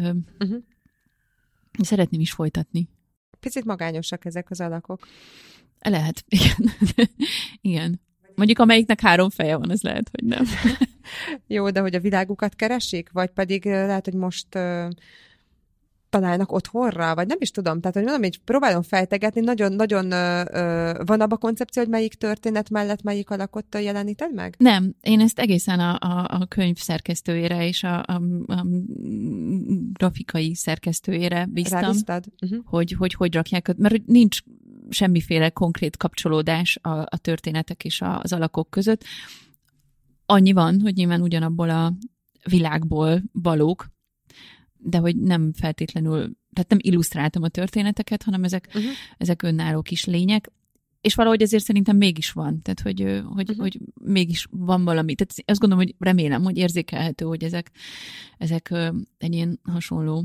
Szeretném is folytatni. Picit magányosak ezek az alakok. Lehet, igen. Igen. Mondjuk amelyiknek 3 feje van, az lehet, hogy nem. Jó, de hogy a világukat keresik? Vagy pedig lehet, hogy most találnak otthonra? Vagy nem is tudom. Tehát, hogy mondom, így próbálom fejtegetni. Nagyon van abban a koncepció, hogy melyik történet mellett melyik alakot jeleníted meg? Nem. Én ezt egészen a könyv szerkesztőjére és a grafikai szerkesztőjére bíztam. Hogy rakják, mert hogy nincs semmiféle konkrét kapcsolódás a történetek és az alakok között. Annyi van, hogy nyilván ugyanabból a világból valók, de hogy nem feltétlenül, tehát nem illusztráltam a történeteket, hanem ezek önálló kis lények, és valahogy ezért szerintem mégis van, tehát hogy mégis van valami. Tehát azt gondolom, hogy remélem, hogy érzékelhető, hogy ezek egy ilyen hasonló,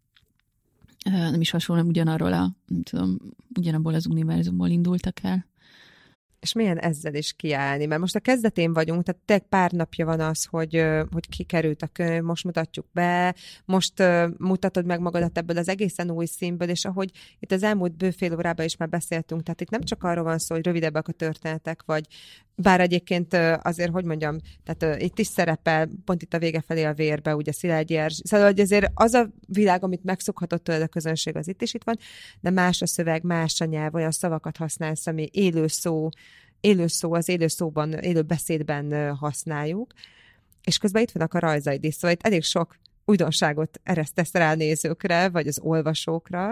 nem is hasonló, ugyanarról ugyanabból az univerzumból indultak el. És milyen ezzel is kiállni? Mert most a kezdetén vagyunk, tehát tényleg pár napja van az, hogy kikerült a könyv, most mutatjuk be, most mutatod meg magadat ebből az egészen új színből, és ahogy itt az elmúlt bőfél órában is már beszéltünk, tehát itt nem csak arról van szó, hogy rövidebbek a történetek, vagy bár egyébként azért, hogy mondjam, tehát itt is szerepel, pont itt a vége felé a vérbe, ugye Szilágyi Erzsébet. Szóval, hogy azért az a világ, amit megszokhatott tőled a közönség, az itt is itt van, de más a szöveg, más a nyelv, olyan szavakat használsz, ami élő szó, az élő szóban, élő beszédben használjuk, és közben itt vannak a rajzaid is, szóval itt elég sok újdonságot eresztesz rá a nézőkre, vagy az olvasókra.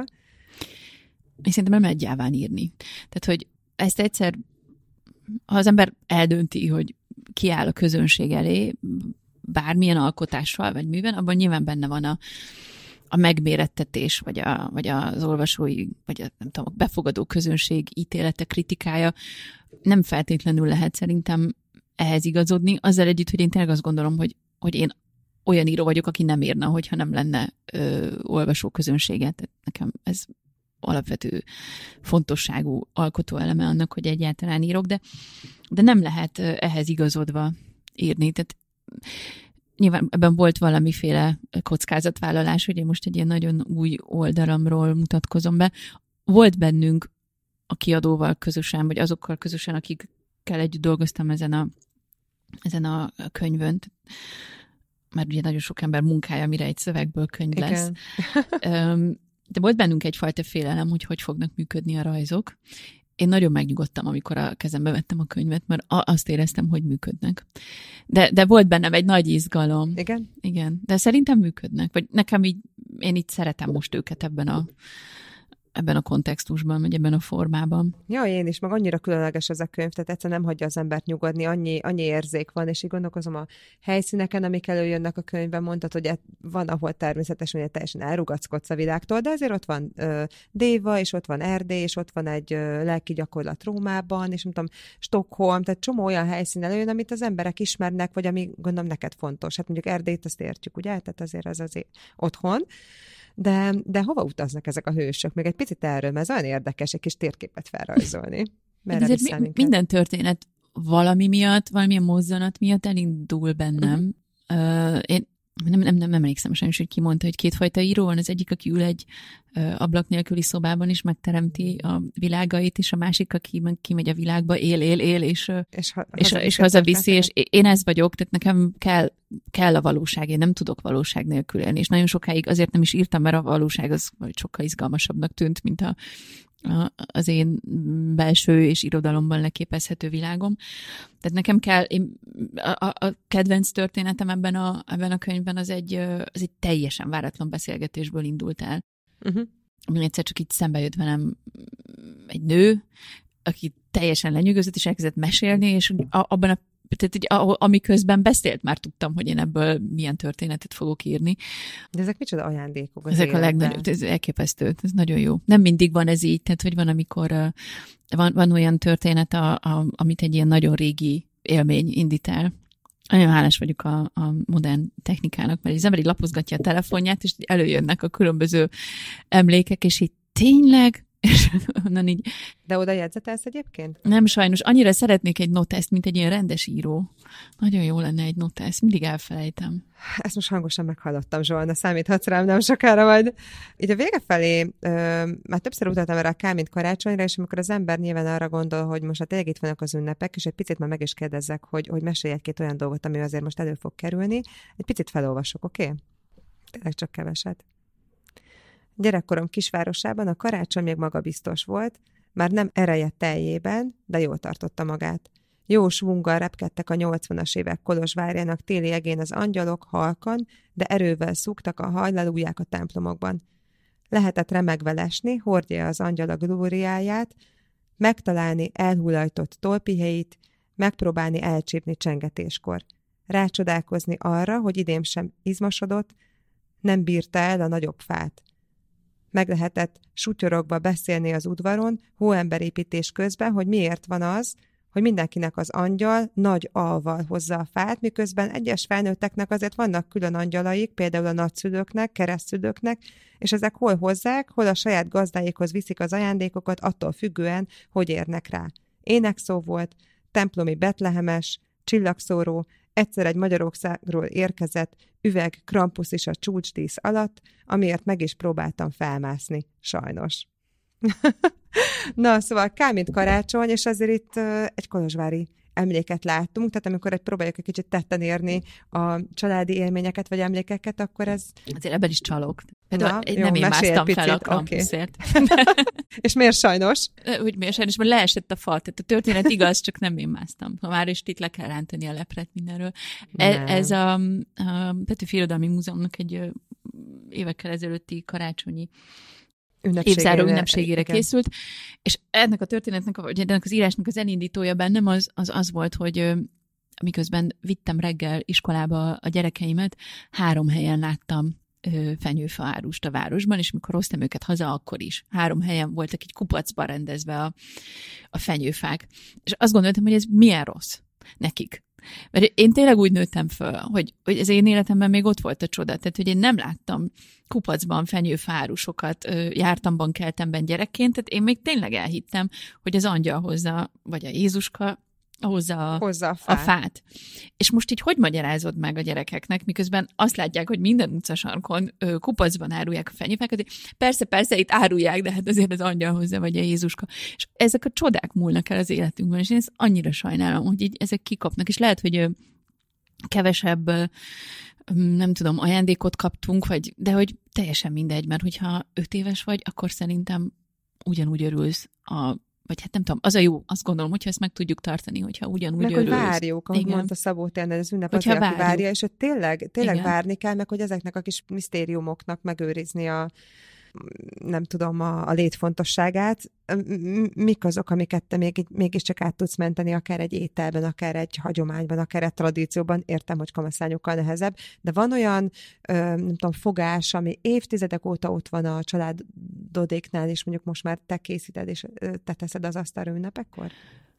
És szerintem nem lehet gyáván írni. Tehát, hogy ezt egyszer, ha az ember eldönti, hogy kiáll a közönség elé, bármilyen alkotással, vagy műben, abban nyilván benne van a megmérettetés, vagy az olvasói, vagy a befogadó közönség ítélete, kritikája. Nem feltétlenül lehet szerintem ehhez igazodni, azzal együtt, hogy én tényleg azt gondolom, hogy én olyan író vagyok, aki nem írna, hogyha nem lenne olvasó közönsége. Tehát nekem ez alapvető fontosságú alkotóeleme annak, hogy egyáltalán írok, de nem lehet ehhez igazodva írni. Tehát nyilván ebben volt valamiféle kockázatvállalás, hogy én most egy ilyen nagyon új oldalamról mutatkozom be. Volt bennünk a kiadóval közösen, vagy azokkal közösen, akikkel együtt dolgoztam ezen a könyvön. Mert ugye nagyon sok ember munkája, mire egy szövegből könyv lesz. De volt bennünk egyfajta félelem, hogy fognak működni a rajzok. Én nagyon megnyugodtam, amikor a kezembe vettem a könyvet, mert azt éreztem, hogy működnek. De volt bennem egy nagy izgalom. Igen? Igen. De szerintem működnek. Vagy nekem így, én így szeretem most őket ebben ebben a kontextusban, vagy ebben a formában. Ja, én is, meg annyira különleges ez a könyv, tehát egyszerűen nem hagyja az embert nyugodni, annyi érzék van, és így gondolkozom a helyszíneken, amik előjönnek a könyvben, mondtad, hogy van, ahol természetesen teljesen elrugackodsz a világtól, de azért ott van Déva, és ott van Erdély, és ott van egy lelki gyakorlat Rómában, és nem tudom, Stockholm, tehát csomó olyan helyszín előjön, amit az emberek ismernek, vagy ami gondolom neked fontos. Hát mondjuk Erdélyt azt értjük, ugye? Tehát azért az otthon. De hova utaznak ezek a hősök? Még egy picit erről, mert ez olyan érdekes egy kis térképet felrajzolni. Minden történet valami miatt, valamilyen mozzanat miatt elindul bennem. Én nem emlékszem sajnos, hogy ki mondta, hogy kétfajta író van. Az egyik, aki ül egy ablak nélküli szobában is megteremti a világait, és a másik, aki kimegy a világba, él, és hazaviszi, és én ez vagyok, tehát nekem kell a valóság, én nem tudok valóság nélkül élni, és nagyon sokáig azért nem is írtam, mert a valóság az sokkal izgalmasabbnak tűnt, mint az én belső és irodalomban leképezhető világom. Tehát nekem kell, a kedvenc történetem ebben a könyvben az egy teljesen váratlan beszélgetésből indult el. Ami egyszer csak így szembe jött velem egy nő, aki teljesen lenyűgözött, és elkezdett mesélni, és abban amiközben beszélt, már tudtam, hogy én ebből milyen történetet fogok írni. De ezek micsoda ajándékok? Ezek a legnagyobb, ez elképesztő, ez nagyon jó. Nem mindig van ez így, tehát hogy van, amikor van olyan történet, amit egy ilyen nagyon régi élmény indít el. Nagyon hálás vagyok a modern technikának, mert az ember így lapozgatja a telefonját, és előjönnek a különböző emlékek, és így tényleg, és onnan így... De oda jegyzetelsz egyébként? Nem, sajnos. Annyira szeretnék egy noteszt, mint egy ilyen rendes író. Nagyon jó lenne egy noteszt. Mindig elfelejtem. Ezt most hangosan meghallottam, Zsolna, számíthatsz rám nem sokára majd. Így a vége felé már többször utaltam erre a K, mint karácsonyra, és amikor az ember nyilván arra gondol, hogy most tényleg itt vannak az ünnepek, és egy picit már meg is kérdezzek, hogy mesélj egy-két olyan dolgot, ami azért most elő fog kerülni. Egy picit felolvasok, oké? Okay? Tényleg csak keveset. Gyerekkorom kisvárosában a karácsony még magabiztos volt, már nem ereje teljében, de jól tartotta magát. Jó svunggal repkedtek a 80-as évek Kolozsvárjának téli egén az angyalok halkan, de erővel szúgtak a hajlelúják a templomokban. Lehetett remegve lesni, hordja az angyal a glóriáját, megtalálni elhullajtott tolpihelyit, megpróbálni elcsípni csengetéskor. Rácsodálkozni arra, hogy idén sem izmosodott, nem bírta el a nagyobb fát. Meg lehetett sutyorogva beszélni az udvaron, hóemberépítés közben, hogy miért van az, hogy mindenkinek az angyal nagy alval hozza a fát, miközben egyes felnőtteknek azért vannak külön angyalaik, például a nagyszülőknek, keresztszülőknek, és ezek hol hozzák, hol a saját gazdáikhoz viszik az ajándékokat, attól függően, hogy érnek rá. Énekszó volt, templomi betlehemes, csillagszóró, egyszer egy Magyarországról érkezett üveg Krampus is a csúcsdísz alatt, amiért meg is próbáltam felmászni, sajnos. Na, szóval K, mint karácsony, és azért itt egy kolozsvári emléket láttunk, tehát amikor próbáljuk egy kicsit tetten érni a családi élményeket vagy emlékeket, akkor ez... Azért ebben is csalok. Nem én másztam fel a Krampuszért. És miért sajnos? Úgy miért sajnos, mert leesett a fal. Tehát a történet igaz, csak nem én másztam. Ha már is itt le kell rántani a lepret mindenről. Ez a Petőfi Irodalmi Múzeumnak egy évekkel ezelőtti karácsonyi évzáró ünnepségére készült, és ennek a történetnek, vagy ennek az írásnak az elindítója bennem az volt, hogy miközben vittem reggel iskolába a gyerekeimet, 3 helyen láttam fenyőfa árust a városban, és mikor hoztam őket haza, akkor is. 3 helyen voltak így kupacban rendezve a fenyőfák. És azt gondoltam, hogy ez milyen rossz nekik. Mert én tényleg úgy nőttem föl, hogy az én életemben még ott volt a csoda. Tehát, hogy én nem láttam kupacban fenyőfárusokat, jártam bankeltemben gyerekként, tehát én még tényleg elhittem, hogy az angyal hozza, vagy a Jézuska hozza a fát. És most így hogy magyarázod meg a gyerekeknek, miközben azt látják, hogy minden utcasarkon kupacban árulják a fenyőfákat. Persze, itt árulják, de hát azért az angyal hozza, vagy a Jézuska. És ezek a csodák múlnak el az életünkben, és én ezt annyira sajnálom, hogy így ezek kikapnak. És lehet, hogy kevesebb, nem tudom, ajándékot kaptunk, de hogy teljesen mindegy, mert hogyha 5 éves vagy, akkor szerintem ugyanúgy örülsz vagy hát nem tudom, az a jó, azt gondolom, hogyha ezt meg tudjuk tartani, hogyha ugyanúgy örülsz. Meg, hogy várjuk, ahogy mondta Szabó Térnel, az ünnep azért, aki várja, és hogy tényleg várni kell, meg hogy ezeknek a kis misztériumoknak megőrizni a nem tudom, a létfontosságát. Mik azok, amiket te mégiscsak át tudsz menteni, akár egy ételben, akár egy hagyományban, akár egy tradícióban. Értem, hogy kamaszlányokkal nehezebb, de van olyan, nem tudom, fogás, ami évtizedek óta ott van a családodéknál, és mondjuk most már te készíted, és te teszed az asztalra ünnepekkor?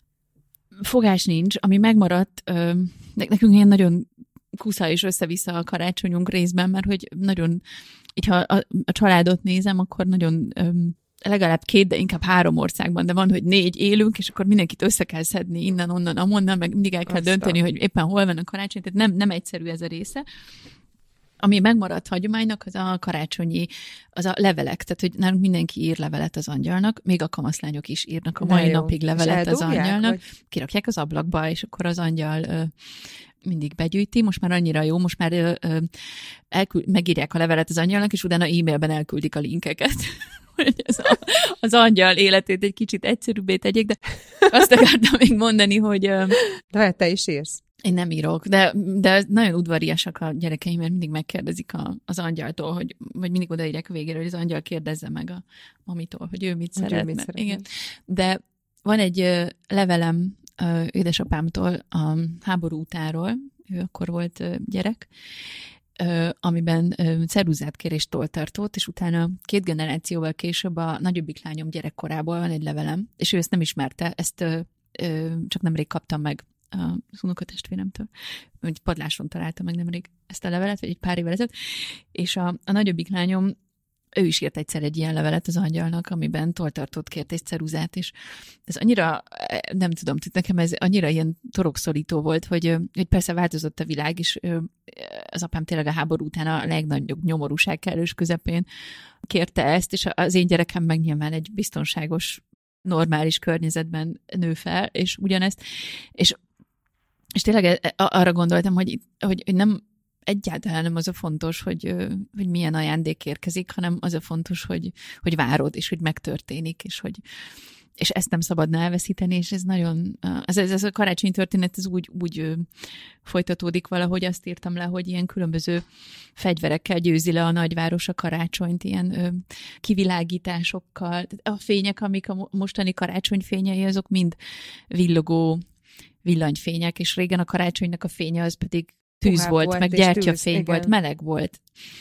Fogás nincs, ami megmaradt, nekünk ilyen nagyon kusza és össze-vissza a karácsonyunk részben, mert hogy nagyon, így ha a családot nézem, akkor nagyon legalább 2, de inkább 3 országban, de van, hogy 4 élünk, és akkor mindenkit össze kell szedni innen, onnan, amonnan, meg mindig el kell dönteni, hogy éppen hol van a karácsony, tehát nem egyszerű ez a része. Ami megmaradt hagyománynak, az a karácsonyi, az a levelek, tehát hogy nálunk mindenki ír levelet az angyalnak, még a kamaszlányok is írnak a mai napig levelet az angyalnak, vagy? Kirakják az ablakba, és akkor az angyal mindig begyűjti, most már annyira jó, most már megírják a levelet az angyalnak, és utána e-mailben elküldik a linkeket, hogy az angyal életét egy kicsit egyszerűbbé tegyék, de azt akartam még mondani, hogy... De te is írsz. Én nem írok, de nagyon udvariasak a gyerekeim, mert mindig megkérdezik az angyaltól, vagy mindig odaírják a végére, hogy az angyal kérdezze meg a mamitól, hogy ő mit szeretne. Igen. De van egy levelem édesapámtól a háború utáról, ő akkor volt gyerek, amiben ceruzátkérést tartott, és utána 2 generációval később a nagyobbik lányom gyerekkorából van egy levelem, és ő ezt nem ismerte, ezt csak nemrég kaptam meg az unokatestvéremtől, hogy padláson találta meg nemrég ezt a levelet, vagy egy pár évvel ezelőtt, és a nagyobbik lányom, ő is írt egyszer egy ilyen levelet az angyalnak, amiben toltartót kért egy ceruzát, és ez annyira, nem tudom, nekem ez annyira ilyen torokszorító volt, hogy persze változott a világ, és az apám tényleg a háború után a legnagyobb nyomorúság kellős közepén kérte ezt, és az én gyerekem meg nyilván egy biztonságos, normális környezetben nő fel, és ugyanezt, és tényleg arra gondoltam, hogy nem egyáltalán nem az a fontos, hogy milyen ajándék érkezik, hanem az a fontos, hogy várod, és hogy megtörténik, és ezt nem szabadna elveszíteni, és ez nagyon, ez a karácsonyi történet, ez úgy folytatódik valahogy, azt írtam le, hogy ilyen különböző fegyverekkel győzi le a nagyváros a karácsonyt, ilyen kivilágításokkal. A fények, amik a mostani karácsonyfényei, azok mind villogó villanyfények, és régen a karácsonynak a fénye az pedig tűz volt, meg gyertyafény volt, meleg volt.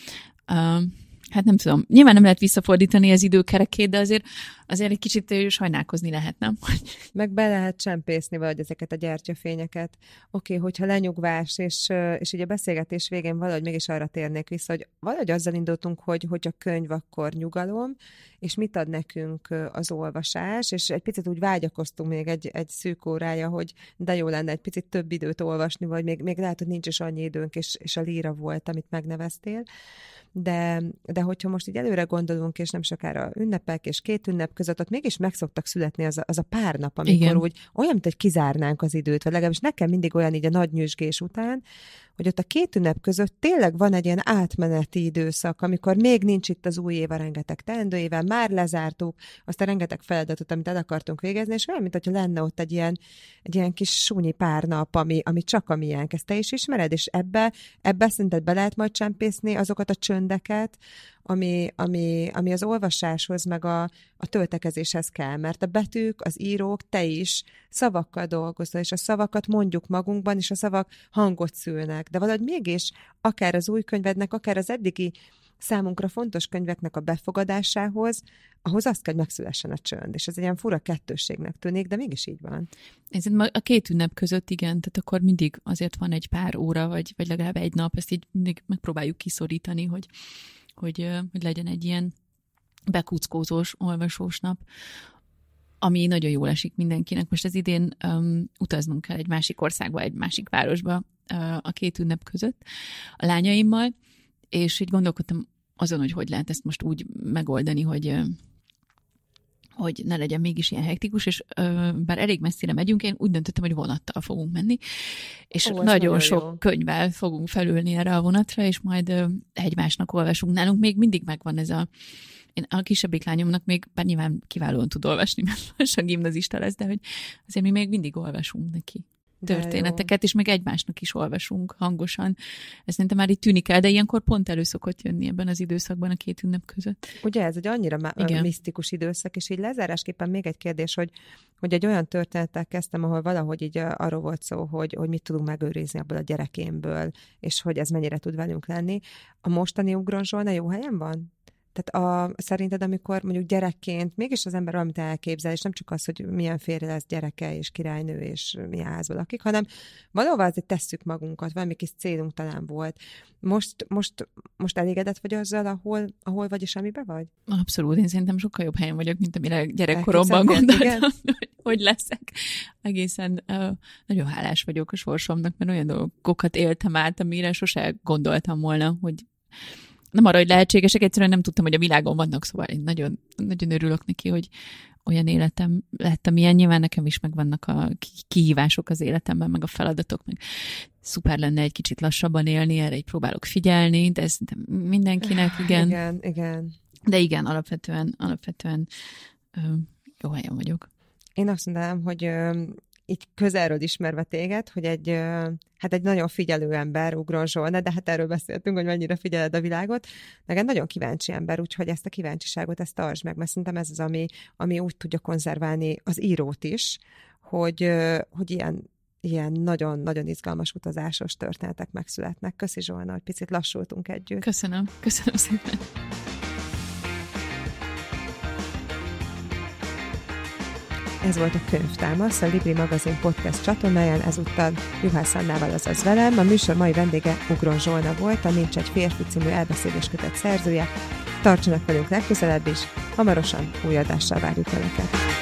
Hát nem tudom, nyilván nem lehet visszafordítani az időkerekét, de azért egy kicsit sajnálkozni lehet, nem? Meg be lehet csempészni valahogy ezeket a gyertyafényeket. Oké, hogyha lenyugvás, és így a beszélgetés végén valahogy mégis arra térnék vissza, hogy valahogy azzal indultunk, hogy a könyv akkor nyugalom, és mit ad nekünk az olvasás, és egy picit úgy vágyakoztunk még egy szűk órája, hogy de jó lenne egy picit több időt olvasni, vagy még lehet, hogy nincs is annyi időnk, és a líra volt, amit megneveztél. De hogyha most így előre gondolunk, és nem sokára ünnepek, és 2 ünnep között, ott mégis meg szoktak születni az a pár nap, amikor igen, úgy olyan, mint hogy kizárnánk az időt, vagy legalábbis nekem mindig olyan így a nagy nyüzsgés után, hogy ott a 2 ünnep között tényleg van egy ilyen átmeneti időszak, amikor még nincs itt az új év a rengeteg teendőjével, már lezártuk azt a rengeteg feladatot, amit el akartunk végezni, és olyan, mint hogyha lenne ott egy ilyen kis súnyi pár nap, ami csak a miénk. Ezt te is ismered, és ebbe szerinted be lehet majd csempészni azokat a csöndeket, ami az olvasáshoz, meg a töltekezéshez kell, mert a betűk, az írók, te is szavakkal dolgozol, és a szavakat mondjuk magunkban, és a szavak hangot szülnek. De valahogy mégis akár az új könyvednek, akár az eddigi számunkra fontos könyveknek a befogadásához, ahhoz azt kell, hogy megszülessen a csönd. És ez egy ilyen fura kettősségnek tűnik, de mégis így van. Ez a 2 ünnep között igen, tehát akkor mindig azért van egy pár óra, vagy legalább egy nap, ezt így mindig megpróbáljuk kiszorítani, hogy legyen egy ilyen bekuckózós, olvasós nap, ami nagyon jól esik mindenkinek. Most az idén utaznunk kell egy másik országba, egy másik városba a 2 ünnep között a lányaimmal, és így gondolkodtam azon, hogy lehet ezt most úgy megoldani, hogy ne legyen mégis ilyen hektikus, és bár elég messzire megyünk, én úgy döntöttem, hogy vonattal fogunk menni, és nagyon sok jó könyvvel fogunk felülni erre a vonatra, és majd egymásnak olvasunk. Nálunk még mindig megvan ez én a kisebbik lányomnak még, bár nyilván kiválóan tud olvasni, mert most a gimnazista lesz, de hogy azért mi még mindig olvasunk neki. történeteket, és még egymásnak is olvasunk hangosan. Ez szerintem már így tűnik el, de ilyenkor pont elő szokott jönni ebben az időszakban a két ünnep között. Ugye ez egy annyira misztikus időszak, és így lezárásképpen még egy kérdés, hogy egy olyan történettel kezdtem, ahol valahogy így arról volt szó, hogy mit tudunk megőrizni abból a gyerekémből, és hogy ez mennyire tud velünk lenni. A mostani Ugron Zsolna jó helyen van? Tehát szerinted, amikor mondjuk gyerekként mégis az ember valamit elképzel, és nem csak az, hogy milyen férje lesz, gyereke és királynő, és milyen házban lakik, hanem valahol azért tesszük magunkat, valami kis célunk talán volt. Most elégedett vagy azzal, ahol vagy és amiben vagy? Abszolút, én szerintem sokkal jobb helyen vagyok, mint amire gyerekkoromban gondoltam, hogy leszek. Egészen nagyon hálás vagyok a sorsomnak, mert olyan dolgokat éltem át, amire sose gondoltam volna, hogy nem arra, hogy lehetségesek, egyszerűen nem tudtam, hogy a világon vannak, szóval én nagyon, nagyon örülök neki, hogy olyan életem lett, amilyen. Nyilván nekem is megvannak a kihívások az életemben, meg a feladatok, meg szuper lenne egy kicsit lassabban élni, erre így próbálok figyelni, de ez mindenkinek, igen. Igen. De igen, alapvetően jó helyen vagyok. Én azt mondanám, hogy így közelről ismerve téged, hogy egy nagyon figyelő ember, Ugron Zsolna, de hát erről beszéltünk, hogy mennyire figyeled a világot, meg egy nagyon kíváncsi ember, úgyhogy ezt a kíváncsiságot, ezt tartsd meg, mert szerintem ez az, ami úgy tudja konzerválni az írót is, hogy ilyen nagyon-nagyon izgalmas utazásos történetek megszületnek. Köszi Zsolna, hogy picit lassultunk együtt. Köszönöm szépen. Ez volt a Könyvtámasz, a Libri magazin podcast csatornáján, ezúttal Juhász Annával, azaz velem. A műsor mai vendége Ugron Zsolna volt, a Nincs egy férfi című elbeszéléskötet szerzője. Tartsanak velünk legközelebb is, hamarosan új adással várjuk Önöket.